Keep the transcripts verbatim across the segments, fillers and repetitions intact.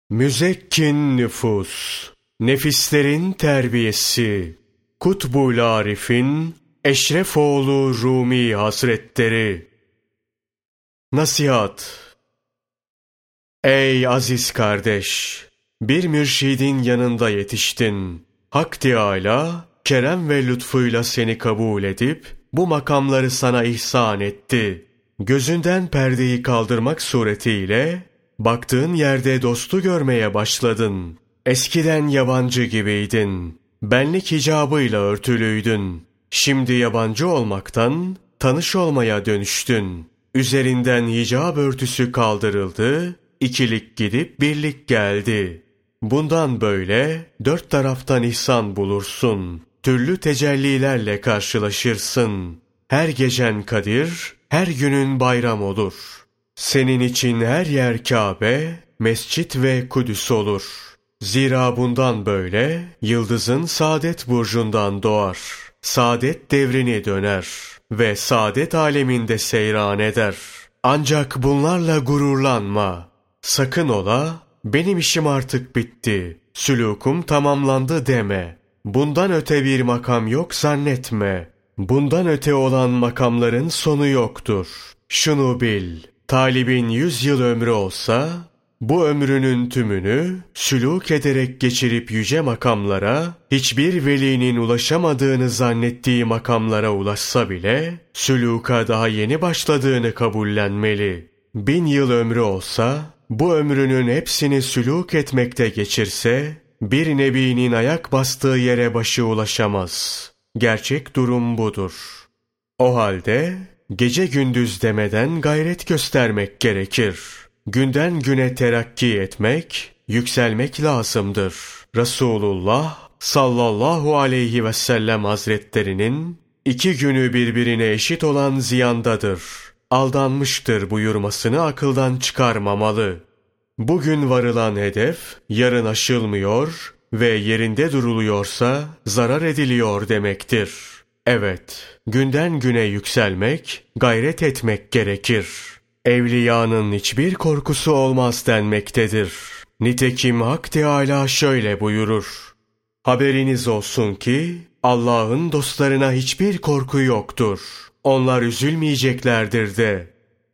Müzekkin nüfus, nefislerin terbiyesi, Kutbul Arif'in Eşrefoğlu Rumi Hazretleri. Nasihat. Ey aziz kardeş! Bir mürşidin yanında yetiştin. Hak Teâlâ, kerem ve lütfuyla seni kabul edip, bu makamları sana ihsan etti. Gözünden perdeyi kaldırmak suretiyle, baktığın yerde dostu görmeye başladın. Eskiden yabancı gibiydin. Benlik hicabıyla örtülüydün. Şimdi yabancı olmaktan, tanış olmaya dönüştün. Üzerinden hicab örtüsü kaldırıldı, ikilik gidip birlik geldi. Bundan böyle dört taraftan ihsan bulursun. Türlü tecellilerle karşılaşırsın. Her gecen Kadir, her günün bayram olur. Senin için her yer Kabe, mescit ve Kudüs olur. Zira bundan böyle yıldızın saadet burcundan doğar. Saadet devrini döner ve saadet aleminde seyran eder. Ancak bunlarla gururlanma. Sakın ola, benim işim artık bitti, sülûkum tamamlandı deme. Bundan öte bir makam yok zannetme. Bundan öte olan makamların sonu yoktur. Şunu bil, talibin yüz yıl ömrü olsa, bu ömrünün tümünü sülûk ederek geçirip yüce makamlara, hiçbir velinin ulaşamadığını zannettiği makamlara ulaşsa bile, sülûka daha yeni başladığını kabullenmeli. Bin yıl ömrü olsa, bu ömrünün hepsini sülûk etmekte geçirse, bir nebinin ayak bastığı yere başı ulaşamaz. Gerçek durum budur. O halde, gece gündüz demeden gayret göstermek gerekir. Günden güne terakki etmek, yükselmek lazımdır. Resulullah sallallahu aleyhi ve sellem hazretlerinin iki günü birbirine eşit olan ziyandadır, aldanmıştır buyurmasını akıldan çıkarmamalı. Bugün varılan hedef yarın aşılmıyor ve yerinde duruluyorsa zarar ediliyor demektir. Evet, günden güne yükselmek, gayret etmek gerekir. Evliyanın hiçbir korkusu olmaz denmektedir. Nitekim Hak Teâlâ şöyle buyurur: haberiniz olsun ki Allah'ın dostlarına hiçbir korku yoktur. Onlar üzülmeyeceklerdir de.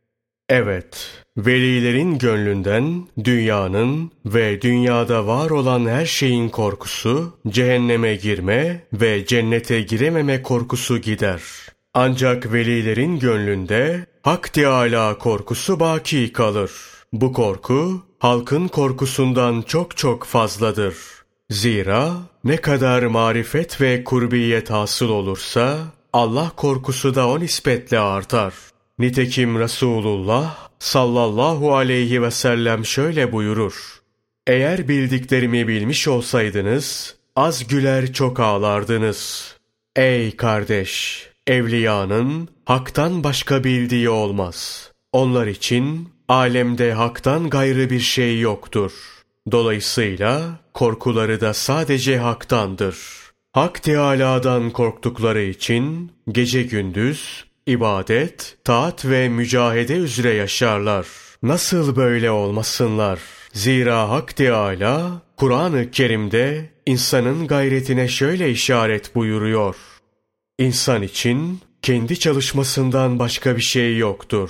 Evet, velilerin gönlünden dünyanın ve dünyada var olan her şeyin korkusu, cehenneme girme ve cennete girememe korkusu gider. Ancak velilerin gönlünde Hak Teâlâ korkusu baki kalır. Bu korku, halkın korkusundan çok çok fazladır. Zira ne kadar marifet ve kurbiyet hasıl olursa, Allah korkusu da o nispetle artar. Nitekim Resulullah sallallahu aleyhi ve sellem şöyle buyurur: eğer bildiklerimi bilmiş olsaydınız, az güler çok ağlardınız. Ey kardeş! Evliyanın haktan başka bildiği olmaz. Onlar için alemde haktan gayrı bir şey yoktur. Dolayısıyla korkuları da sadece haktandır. Hak Teâlâ'dan korktukları için gece gündüz ibadet, taat ve mücahede üzere yaşarlar. Nasıl böyle olmasınlar? Zira Hak Teâlâ Kur'an-ı Kerim'de insanın gayretine şöyle işaret buyuruyor: İnsan için kendi çalışmasından başka bir şey yoktur.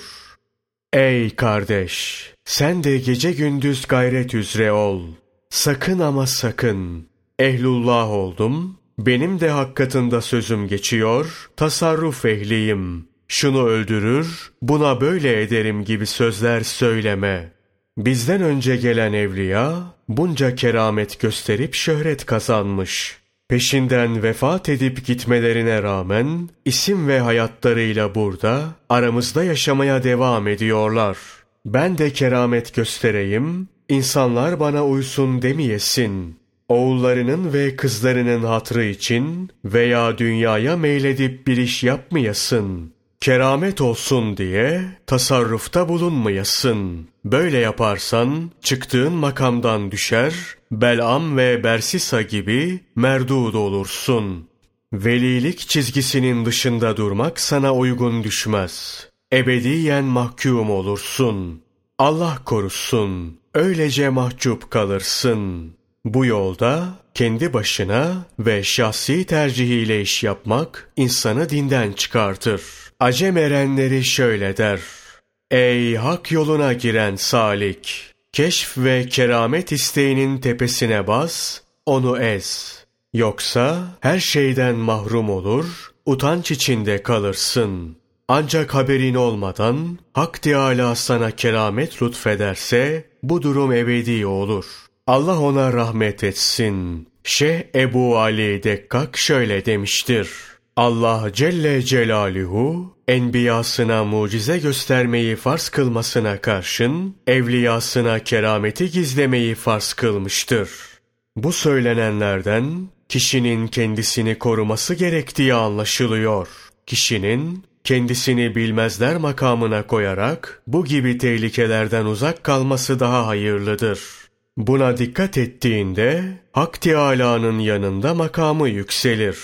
Ey kardeş! Sen de gece gündüz gayret üzere ol. Sakın ama sakın. Ehlullah oldum, benim de hak katında sözüm geçiyor, tasarruf ehliyim. Şunu öldürür, buna böyle ederim gibi sözler söyleme. Bizden önce gelen evliya, bunca keramet gösterip şöhret kazanmış. Peşinden vefat edip gitmelerine rağmen, isim ve hayatlarıyla burada, aramızda yaşamaya devam ediyorlar. Ben de keramet göstereyim, insanlar bana uysun demeyesin. Oğullarının ve kızlarının hatrı için veya dünyaya meyledip bir iş yapmayasın. Keramet olsun diye tasarrufta bulunmayasın. Böyle yaparsan çıktığın makamdan düşer, Bel'am ve Bersisa gibi merdud olursun. Velilik çizgisinin dışında durmak sana uygun düşmez. Ebediyen mahkum olursun. Allah korusun, öylece mahcup kalırsın. Bu yolda kendi başına ve şahsi tercihiyle iş yapmak insanı dinden çıkartır. Acem erenleri şöyle der: Ey hak yoluna giren salik! Keşf ve keramet isteğinin tepesine bas, onu ez. Yoksa her şeyden mahrum olur, utanç içinde kalırsın. Ancak haberin olmadan Hak Teâlâ sana keramet lütfederse bu durum ebedi olur. Allah ona rahmet etsin. Şeyh Ebu Ali Dekkak şöyle demiştir: Allah Celle Celaluhu enbiyasına mucize göstermeyi farz kılmasına karşın evliyasına kerameti gizlemeyi farz kılmıştır. Bu söylenenlerden kişinin kendisini koruması gerektiği anlaşılıyor. Kişinin kendisini bilmezler makamına koyarak bu gibi tehlikelerden uzak kalması daha hayırlıdır. Buna dikkat ettiğinde Hak Teâlâ'nın yanında makamı yükselir.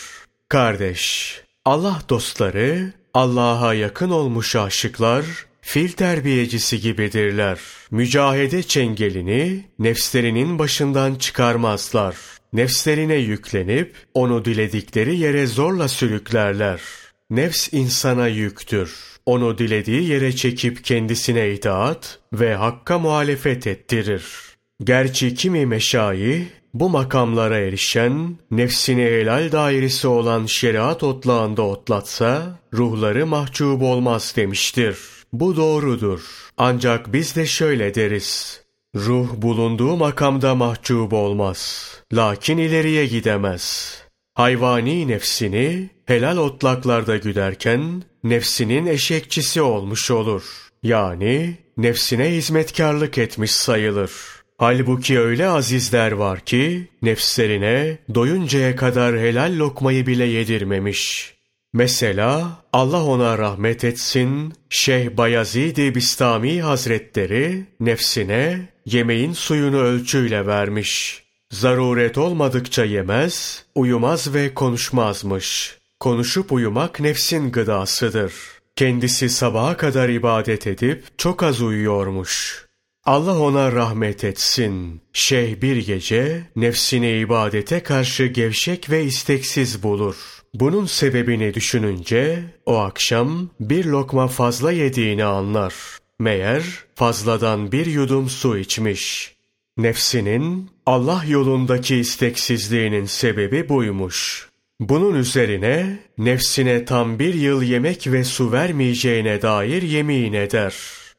Kardeş, Allah dostları, Allah'a yakın olmuş aşıklar, fil terbiyecisi gibidirler. Mücahede çengelini nefslerinin başından çıkarmazlar. Nefslerine yüklenip onu diledikleri yere zorla sürüklerler. Nefs insana yüktür. Onu dilediği yere çekip kendisine itaat ve hakka muhalefet ettirir. Gerçi kimi meşayih bu makamlara erişen, nefsini helal dairesi olan şeriat otlağında otlatsa, ruhları mahcup olmaz demiştir. Bu doğrudur. Ancak biz de şöyle deriz: ruh bulunduğu makamda mahcup olmaz. Lakin ileriye gidemez. Hayvani nefsini helal otlaklarda güderken, nefsinin eşekçisi olmuş olur. Yani nefsine hizmetkarlık etmiş sayılır. Halbuki öyle azizler var ki, nefslerine doyuncaya kadar helal lokmayı bile yedirmemiş. Mesela Allah ona rahmet etsin, Şeyh Bayezid-i Bistami Hazretleri nefsine yemeğin suyunu ölçüyle vermiş. Zaruret olmadıkça yemez, uyumaz ve konuşmazmış. Konuşup uyumak nefsin gıdasıdır. Kendisi sabaha kadar ibadet edip çok az uyuyormuş. Allah ona rahmet etsin. Şeyh bir gece nefsini ibadete karşı gevşek ve isteksiz bulur. Bunun sebebini düşününce o akşam bir lokma fazla yediğini anlar. Meğer fazladan bir yudum su içmiş. Nefsinin Allah yolundaki isteksizliğinin sebebi buymuş. Bunun üzerine nefsine tam bir yıl yemek ve su vermeyeceğine dair yemin eder.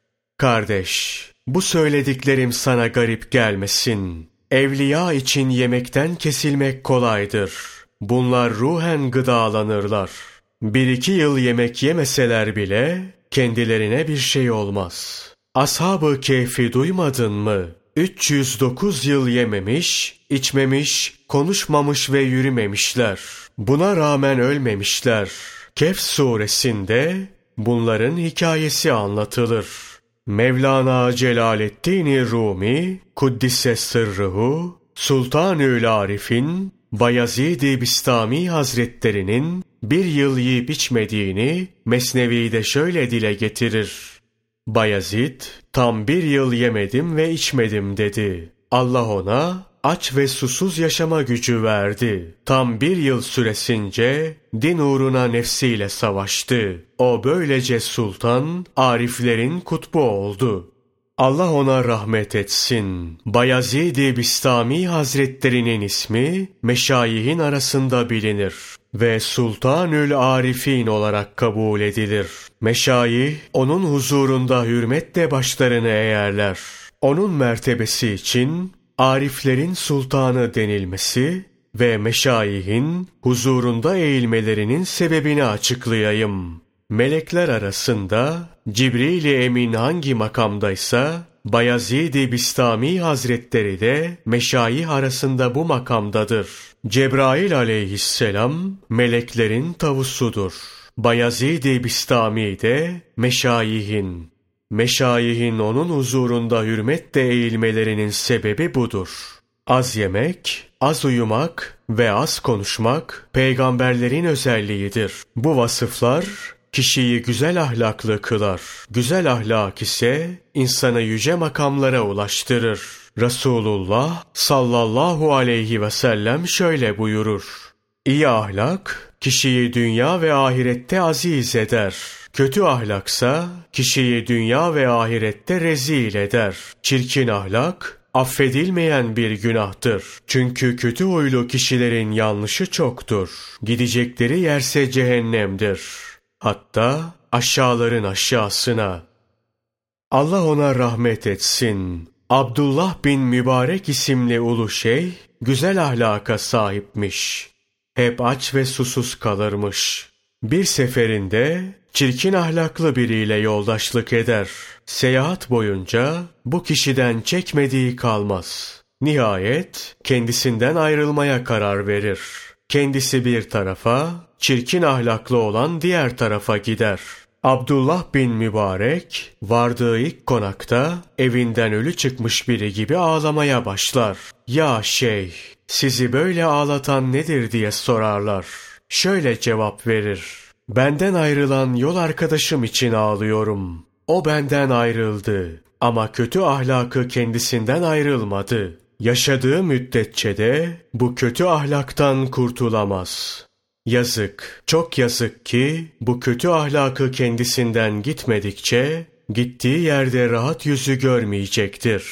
Kardeş, bu söylediklerim sana garip gelmesin. Evliya için yemekten kesilmek kolaydır. Bunlar ruhen gıdalanırlar. Bir iki yıl yemek yemeseler bile kendilerine bir şey olmaz. Ashab-ı Kehf'i duymadın mı? üç yüz dokuz yıl yememiş, içmemiş, konuşmamış ve yürümemişler. Buna rağmen ölmemişler. Kehf suresinde bunların hikayesi anlatılır. Mevlana Celaleddin Rumi, Kuddise Sırrıhu, Sultanül Arif'in, Bayezid-i Bistami Hazretlerinin bir yıl yiyip içmediğini Mesnevi'de şöyle dile getirir. Bayezid, tam bir yıl yemedim ve içmedim dedi. Allah ona aç ve susuz yaşama gücü verdi. Tam bir yıl süresince din uğruna nefsiyle savaştı. O böylece sultan, ariflerin kutbu oldu. Allah ona rahmet etsin. Bayezid-i Bistami Hazretlerinin ismi meşayihin arasında bilinir ve Sultanül Arifin olarak kabul edilir. Meşayih onun huzurunda hürmetle başlarını eğerler. Onun mertebesi için ariflerin sultanı denilmesi ve meşayihin huzurunda eğilmelerinin sebebini açıklayayım. Melekler arasında Cibril-i Emin hangi makamdaysa, Bayezid-i Bistami Hazretleri de meşayih arasında bu makamdadır. Cebrail aleyhisselam meleklerin tavusudur. Bayezid-i Bistami de meşayihin. Meşayihin onun huzurunda hürmetle eğilmelerinin sebebi budur. Az yemek, az uyumak ve az konuşmak peygamberlerin özelliğidir. Bu vasıflar kişiyi güzel ahlaklı kılar. Güzel ahlak ise insanı yüce makamlara ulaştırır. Resulullah sallallahu aleyhi ve sellem şöyle buyurur: İyi ahlak kişiyi dünya ve ahirette aziz eder. Kötü ahlaksa kişiyi dünya ve ahirette rezil eder. Çirkin ahlak affedilmeyen bir günahtır. Çünkü kötü huylu kişilerin yanlışı çoktur. Gidecekleri yerse cehennemdir. Hatta aşağıların aşağısına. Allah ona rahmet etsin. Abdullah bin Mübarek isimli ulu şeyh güzel ahlaka sahipmiş. Hep aç ve susuz kalırmış. Bir seferinde çirkin ahlaklı biriyle yoldaşlık eder. Seyahat boyunca bu kişiden çekmediği kalmaz. Nihayet kendisinden ayrılmaya karar verir. Kendisi bir tarafa, çirkin ahlaklı olan diğer tarafa gider. Abdullah bin Mübarek vardığı ilk konakta evinden ölü çıkmış biri gibi ağlamaya başlar. Ya şeyh, sizi böyle ağlatan nedir diye sorarlar. Şöyle cevap verir: benden ayrılan yol arkadaşım için ağlıyorum. O benden ayrıldı ama kötü ahlakı kendisinden ayrılmadı. Yaşadığı müddetçe de bu kötü ahlaktan kurtulamaz. Yazık, çok yazık ki bu kötü ahlakı kendisinden gitmedikçe gittiği yerde rahat yüzü görmeyecektir.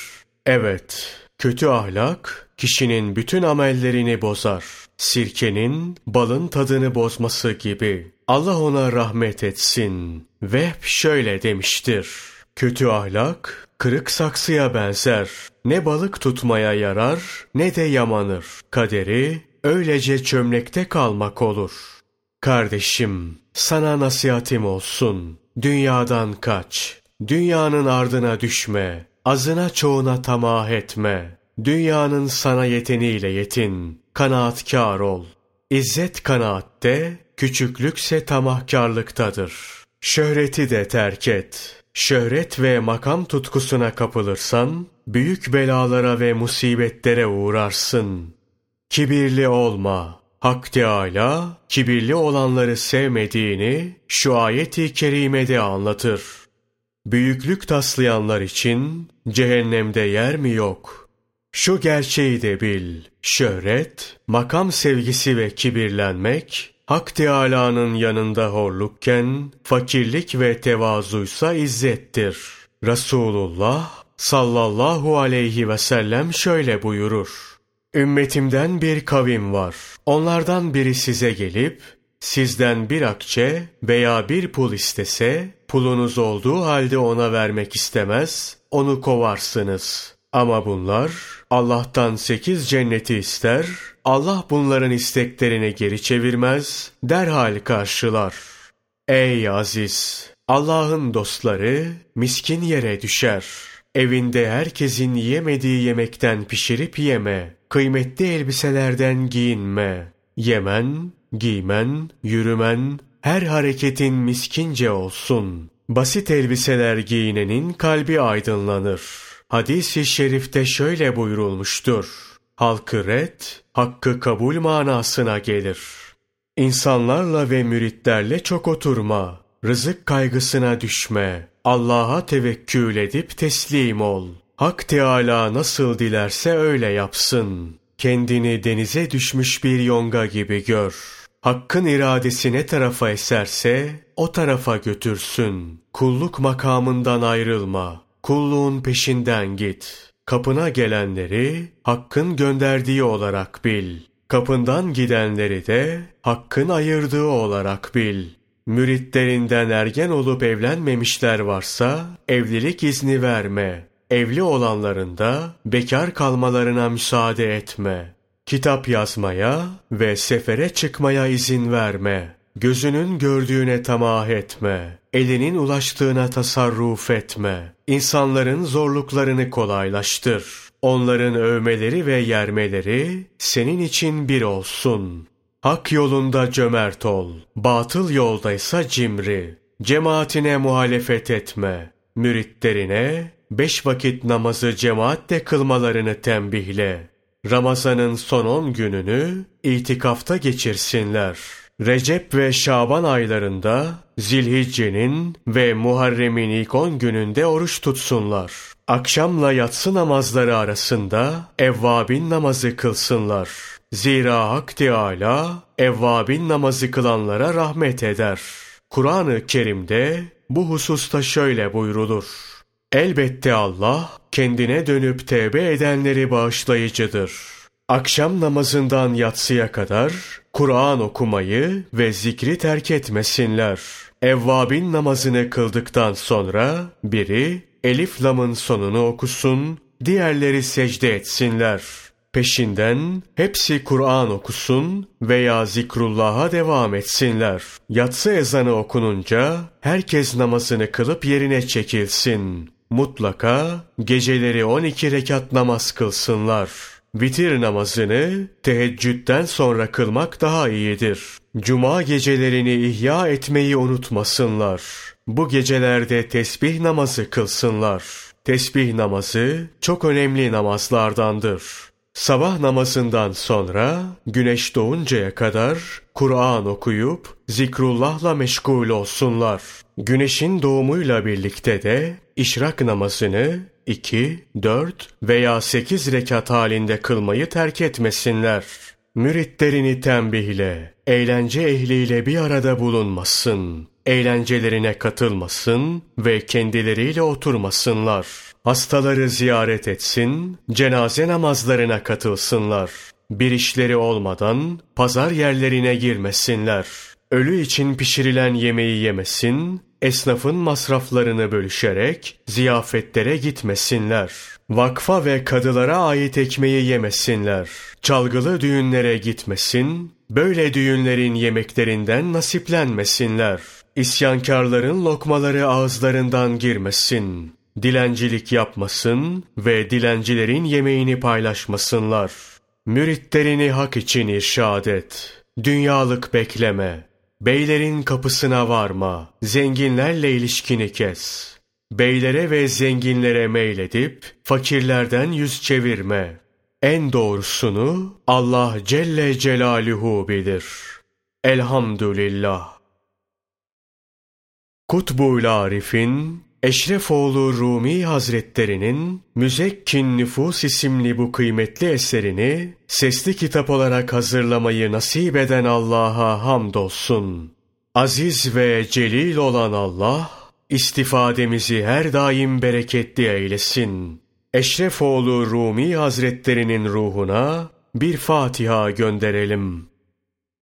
Evet, kötü ahlak kişinin bütün amellerini bozar. Sirkenin balın tadını bozması gibi. Allah ona rahmet etsin. Vehb şöyle demiştir: kötü ahlak kırık saksıya benzer. Ne balık tutmaya yarar ne de yamanır. Kaderi öylece çömlekte kalmak olur. Kardeşim, sana nasihatim olsun. Dünyadan kaç. Dünyanın ardına düşme. Azına çoğuna tamah etme. Dünyanın sana yeteniyle yetin. Kanaatkâr ol. İzzet kanaatte, küçüklükse tamahkârlıktadır. Şöhreti de terk et. Şöhret ve makam tutkusuna kapılırsan, büyük belalara ve musibetlere uğrarsın. Kibirli olma. Hak Teâlâ, kibirli olanları sevmediğini şu ayet-i kerimede anlatır. Büyüklük taslayanlar için cehennemde yer mi yok? Şu gerçeği de bil: şöhret, makam sevgisi ve kibirlenmek, Hak Teâlâ'nın yanında horlukken, fakirlik ve tevazuysa izzettir. Resulullah sallallahu aleyhi ve sellem şöyle buyurur: Ümmetimden bir kavim var. Onlardan biri size gelip, sizden bir akçe veya bir pul istese, pulunuz olduğu halde ona vermek istemez, onu kovarsınız. Ama bunlar Allah'tan sekiz cenneti ister, Allah bunların isteklerini geri çevirmez, derhal karşılar. Ey aziz! Allah'ın dostları miskin yere düşer. Evinde herkesin yiyemediği yemekten pişirip yeme, kıymetli elbiselerden giyinme. Yemen, giymen, yürümen, her hareketin miskince olsun. Basit elbiseler giyinenin kalbi aydınlanır. Hadis-i şerifte şöyle buyurulmuştur: halkı red, hakkı kabul manasına gelir. İnsanlarla ve müritlerle çok oturma, rızık kaygısına düşme, Allah'a tevekkül edip teslim ol. Hak Teâlâ nasıl dilerse öyle yapsın. Kendini denize düşmüş bir yonga gibi gör. Hakkın iradesi ne tarafa eserse o tarafa götürsün. Kulluk makamından ayrılma. Kulluğun peşinden git. Kapına gelenleri Hakk'ın gönderdiği olarak bil. Kapından gidenleri de Hakk'ın ayırdığı olarak bil. Müritlerinden ergen olup evlenmemişler varsa evlilik izni verme. Evli olanların da bekar kalmalarına müsaade etme. Kitap yazmaya ve sefere çıkmaya izin verme. Gözünün gördüğüne tamah etme. Elinin ulaştığına tasarruf etme. İnsanların zorluklarını kolaylaştır. Onların övmeleri ve yermeleri senin için bir olsun. Hak yolunda cömert ol. Batıl yoldaysa cimri. Cemaatine muhalefet etme. Müritlerine beş vakit namazı cemaatle kılmalarını tembihle. Ramazan'ın son on gününü itikafta geçirsinler. Recep ve Şaban aylarında Zilhicce'nin ve Muharrem'in ilk on gününde oruç tutsunlar. Akşamla yatsı namazları arasında evvabin namazı kılsınlar. Zira Hak Teâlâ evvabin namazı kılanlara rahmet eder. Kur'an-ı Kerim'de bu hususta şöyle buyrulur: elbette Allah kendine dönüp tevbe edenleri bağışlayıcıdır. Akşam namazından yatsıya kadar Kur'an okumayı ve zikri terk etmesinler. Evvabin namazını kıldıktan sonra biri Elif Lam'ın sonunu okusun, diğerleri secde etsinler. Peşinden hepsi Kur'an okusun veya zikrullah'a devam etsinler. Yatsı ezanı okununca herkes namazını kılıp yerine çekilsin. Mutlaka geceleri on iki rekat namaz kılsınlar. Vitir namazını teheccüden sonra kılmak daha iyidir. Cuma gecelerini ihya etmeyi unutmasınlar. Bu gecelerde tesbih namazı kılsınlar. Tesbih namazı çok önemli namazlardandır. Sabah namazından sonra güneş doğuncaya kadar Kur'an okuyup zikrullahla meşgul olsunlar. Güneşin doğumuyla birlikte de işrak namazını iki, dört veya sekiz rekat halinde kılmayı terk etmesinler. Müritlerini tembihle, eğlence ehliyle bir arada bulunmasın. Eğlencelerine katılmasın ve kendileriyle oturmasınlar. Hastaları ziyaret etsin, cenaze namazlarına katılsınlar. Bir işleri olmadan pazar yerlerine girmesinler. Ölü için pişirilen yemeği yemesin, esnafın masraflarını bölüşerek ziyafetlere gitmesinler. Vakfa ve kadılara ait ekmeği yemesinler. Çalgılı düğünlere gitmesin, böyle düğünlerin yemeklerinden nasiplenmesinler. İsyankarların lokmaları ağızlarından girmesin. Dilencilik yapmasın ve dilencilerin yemeğini paylaşmasınlar. Müritlerini hak için irşad et. Dünyalık bekleme. Beylerin kapısına varma. Zenginlerle ilişkini kes. Beylere ve zenginlere meyledip fakirlerden yüz çevirme. En doğrusunu Allah Celle Celaluhu bilir. Elhamdülillah. Kutbul Arif'in Eşrefoğlu Rumi Hazretlerinin Müzekkin Nüfus isimli bu kıymetli eserini sesli kitap olarak hazırlamayı nasip eden Allah'a hamdolsun. Aziz ve celil olan Allah, istifademizi her daim bereketli eylesin. Eşrefoğlu Rumi Hazretlerinin ruhuna bir Fatiha gönderelim.